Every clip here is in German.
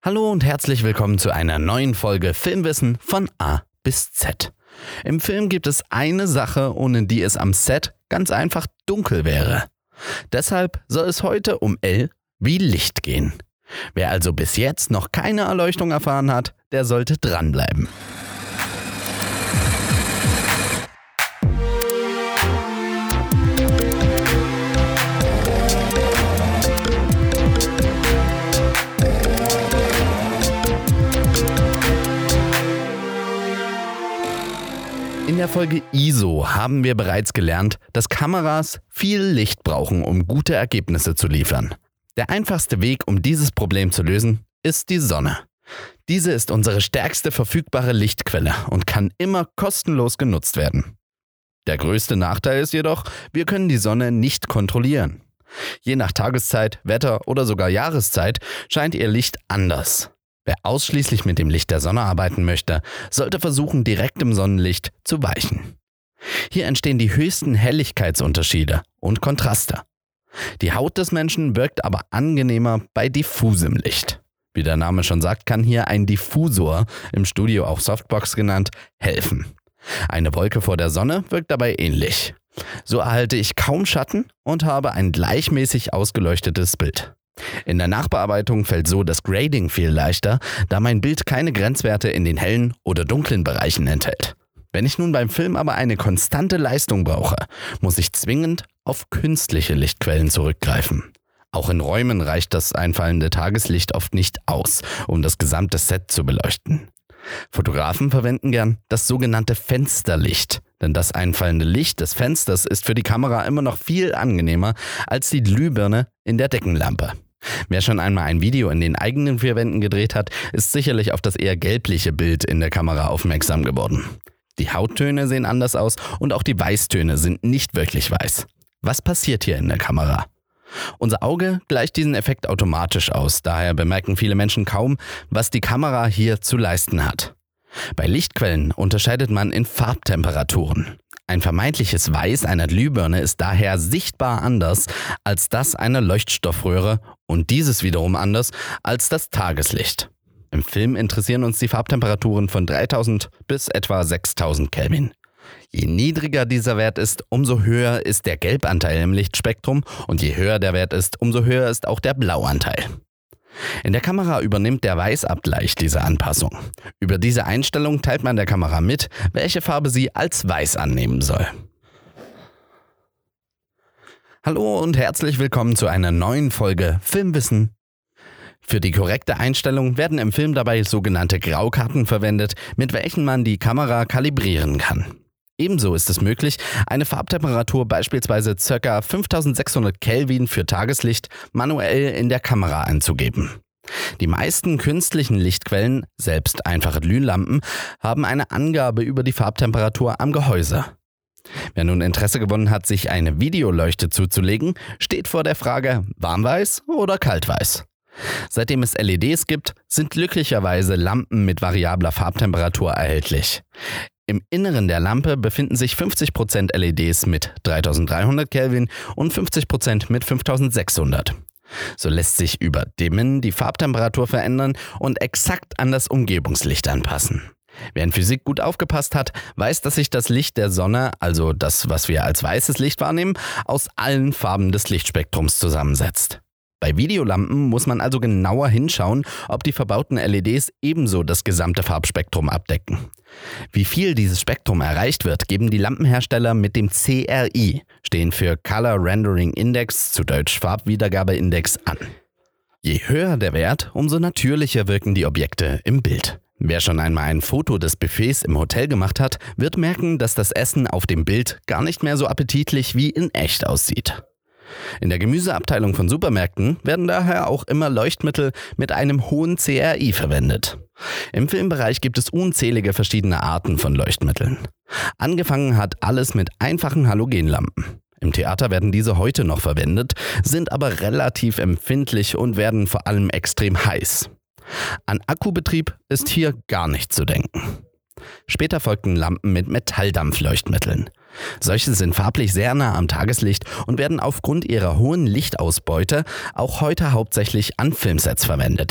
Hallo und herzlich willkommen zu einer neuen Folge Filmwissen von A bis Z. Im Film gibt es eine Sache, ohne die es am Set ganz einfach dunkel wäre. Deshalb soll es heute um L wie Licht gehen. Wer also bis jetzt noch keine Erleuchtung erfahren hat, der sollte dranbleiben. In der Folge ISO haben wir bereits gelernt, dass Kameras viel Licht brauchen, um gute Ergebnisse zu liefern. Der einfachste Weg, um dieses Problem zu lösen, ist die Sonne. Diese ist unsere stärkste verfügbare Lichtquelle und kann immer kostenlos genutzt werden. Der größte Nachteil ist jedoch, wir können die Sonne nicht kontrollieren. Je nach Tageszeit, Wetter oder sogar Jahreszeit scheint ihr Licht anders. Wer ausschließlich mit dem Licht der Sonne arbeiten möchte, sollte versuchen, direktem Sonnenlicht zu weichen. Hier entstehen die höchsten Helligkeitsunterschiede und Kontraste. Die Haut des Menschen wirkt aber angenehmer bei diffusem Licht. Wie der Name schon sagt, kann hier ein Diffusor, im Studio auch Softbox genannt, helfen. Eine Wolke vor der Sonne wirkt dabei ähnlich. So erhalte ich kaum Schatten und habe ein gleichmäßig ausgeleuchtetes Bild. In der Nachbearbeitung fällt so das Grading viel leichter, da mein Bild keine Grenzwerte in den hellen oder dunklen Bereichen enthält. Wenn ich nun beim Film aber eine konstante Leistung brauche, muss ich zwingend auf künstliche Lichtquellen zurückgreifen. Auch in Räumen reicht das einfallende Tageslicht oft nicht aus, um das gesamte Set zu beleuchten. Fotografen verwenden gern das sogenannte Fensterlicht, denn das einfallende Licht des Fensters ist für die Kamera immer noch viel angenehmer als die Glühbirne in der Deckenlampe. Wer schon einmal ein Video in den eigenen vier Wänden gedreht hat, ist sicherlich auf das eher gelbliche Bild in der Kamera aufmerksam geworden. Die Hauttöne sehen anders aus und auch die Weißtöne sind nicht wirklich weiß. Was passiert hier in der Kamera? Unser Auge gleicht diesen Effekt automatisch aus, daher bemerken viele Menschen kaum, was die Kamera hier zu leisten hat. Bei Lichtquellen unterscheidet man in Farbtemperaturen. Ein vermeintliches Weiß einer Glühbirne ist daher sichtbar anders als das einer Leuchtstoffröhre und dieses wiederum anders als das Tageslicht. Im Film interessieren uns die Farbtemperaturen von 3000 bis etwa 6000 Kelvin. Je niedriger dieser Wert ist, umso höher ist der Gelbanteil im Lichtspektrum und je höher der Wert ist, umso höher ist auch der Blauanteil. In der Kamera übernimmt der Weißabgleich diese Anpassung. Über diese Einstellung teilt man der Kamera mit, welche Farbe sie als weiß annehmen soll. Hallo und herzlich willkommen zu einer neuen Folge Filmwissen. Für die korrekte Einstellung werden im Film dabei sogenannte Graukarten verwendet, mit welchen man die Kamera kalibrieren kann. Ebenso ist es möglich, eine Farbtemperatur beispielsweise ca. 5600 Kelvin für Tageslicht manuell in der Kamera einzugeben. Die meisten künstlichen Lichtquellen, selbst einfache Glühlampen, haben eine Angabe über die Farbtemperatur am Gehäuse. Wer nun Interesse gewonnen hat, sich eine Videoleuchte zuzulegen, steht vor der Frage, warmweiß oder kaltweiß. Seitdem es LEDs gibt, sind glücklicherweise Lampen mit variabler Farbtemperatur erhältlich. Im Inneren der Lampe befinden sich 50% LEDs mit 3300 Kelvin und 50% mit 5600. So lässt sich über Dimmen die Farbtemperatur verändern und exakt an das Umgebungslicht anpassen. Wer in Physik gut aufgepasst hat, weiß, dass sich das Licht der Sonne, also das, was wir als weißes Licht wahrnehmen, aus allen Farben des Lichtspektrums zusammensetzt. Bei Videolampen muss man also genauer hinschauen, ob die verbauten LEDs ebenso das gesamte Farbspektrum abdecken. Wie viel dieses Spektrum erreicht wird, geben die Lampenhersteller mit dem CRI, stehen für Color Rendering Index, zu Deutsch Farbwiedergabeindex, an. Je höher der Wert, umso natürlicher wirken die Objekte im Bild. Wer schon einmal ein Foto des Buffets im Hotel gemacht hat, wird merken, dass das Essen auf dem Bild gar nicht mehr so appetitlich wie in echt aussieht. In der Gemüseabteilung von Supermärkten werden daher auch immer Leuchtmittel mit einem hohen CRI verwendet. Im Filmbereich gibt es unzählige verschiedene Arten von Leuchtmitteln. Angefangen hat alles mit einfachen Halogenlampen. Im Theater werden diese heute noch verwendet, sind aber relativ empfindlich und werden vor allem extrem heiß. An Akkubetrieb ist hier gar nicht zu denken. Später folgten Lampen mit Metalldampfleuchtmitteln. Solche sind farblich sehr nah am Tageslicht und werden aufgrund ihrer hohen Lichtausbeute auch heute hauptsächlich an Filmsets verwendet.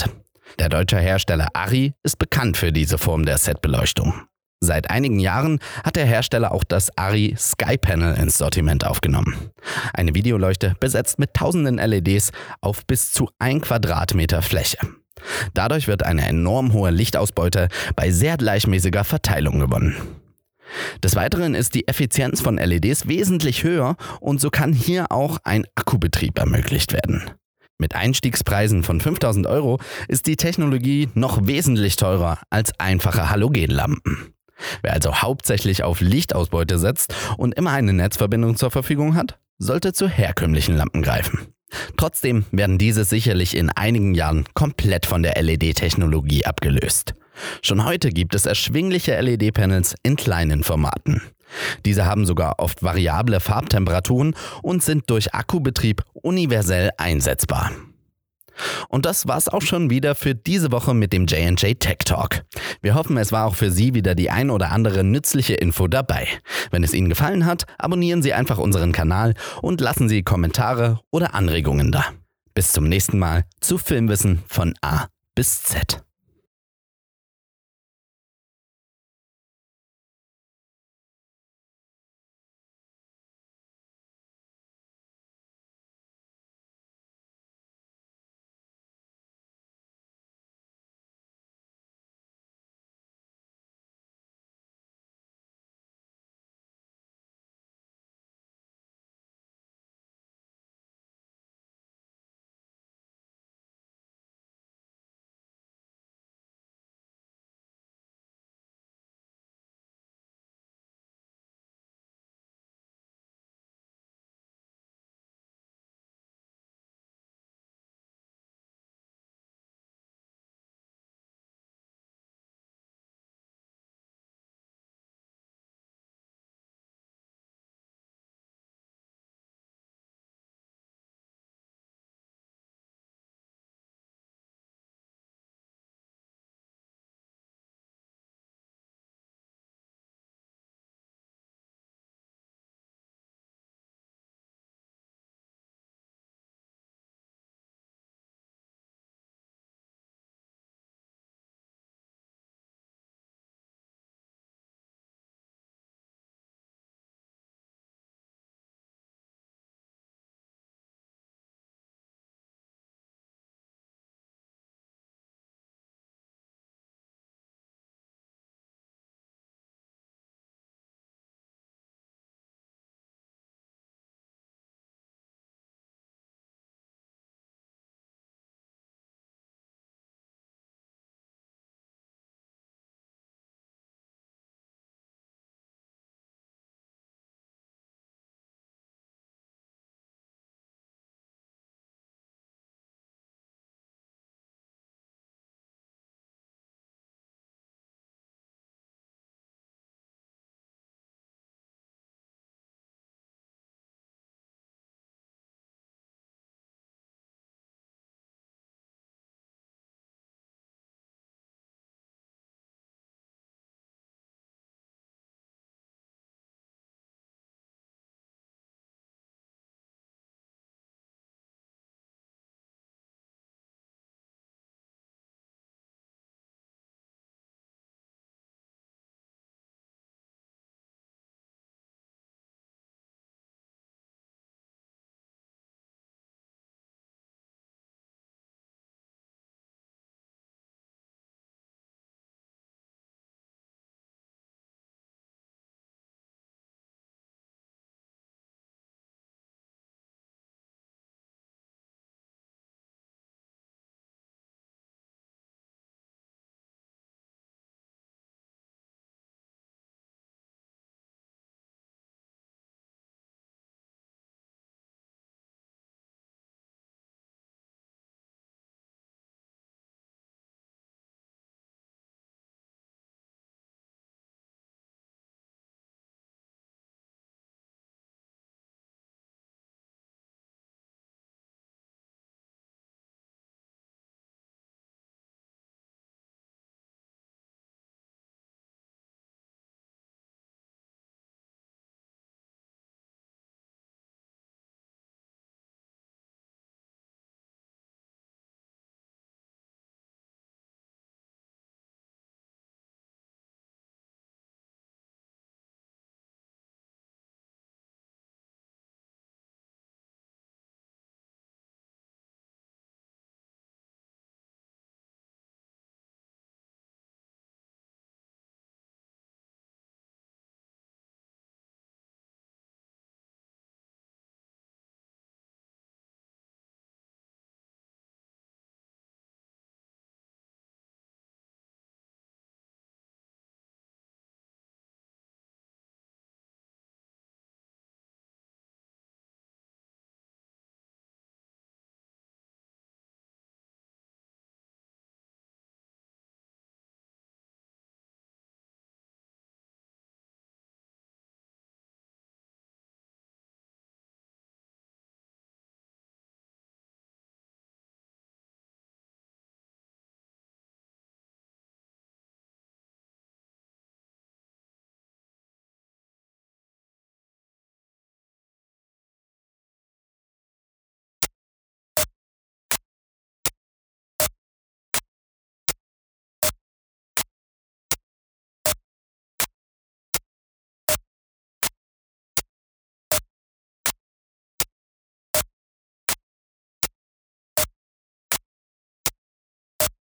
Der deutsche Hersteller Arri ist bekannt für diese Form der Setbeleuchtung. Seit einigen Jahren hat der Hersteller auch das Arri Sky Panel ins Sortiment aufgenommen. Eine Videoleuchte besetzt mit tausenden LEDs auf bis zu 1 Quadratmeter Fläche. Dadurch wird eine enorm hohe Lichtausbeute bei sehr gleichmäßiger Verteilung gewonnen. Des Weiteren ist die Effizienz von LEDs wesentlich höher und so kann hier auch ein Akkubetrieb ermöglicht werden. Mit Einstiegspreisen von 5.000 € ist die Technologie noch wesentlich teurer als einfache Halogenlampen. Wer also hauptsächlich auf Lichtausbeute setzt und immer eine Netzverbindung zur Verfügung hat, sollte zu herkömmlichen Lampen greifen. Trotzdem werden diese sicherlich in einigen Jahren komplett von der LED-Technologie abgelöst. Schon heute gibt es erschwingliche LED-Panels in kleinen Formaten. Diese haben sogar oft variable Farbtemperaturen und sind durch Akkubetrieb universell einsetzbar. Und das war's auch schon wieder für diese Woche mit dem J&J Tech Talk. Wir hoffen, es war auch für Sie wieder die ein oder andere nützliche Info dabei. Wenn es Ihnen gefallen hat, abonnieren Sie einfach unseren Kanal und lassen Sie Kommentare oder Anregungen da. Bis zum nächsten Mal zu Filmwissen von A bis Z.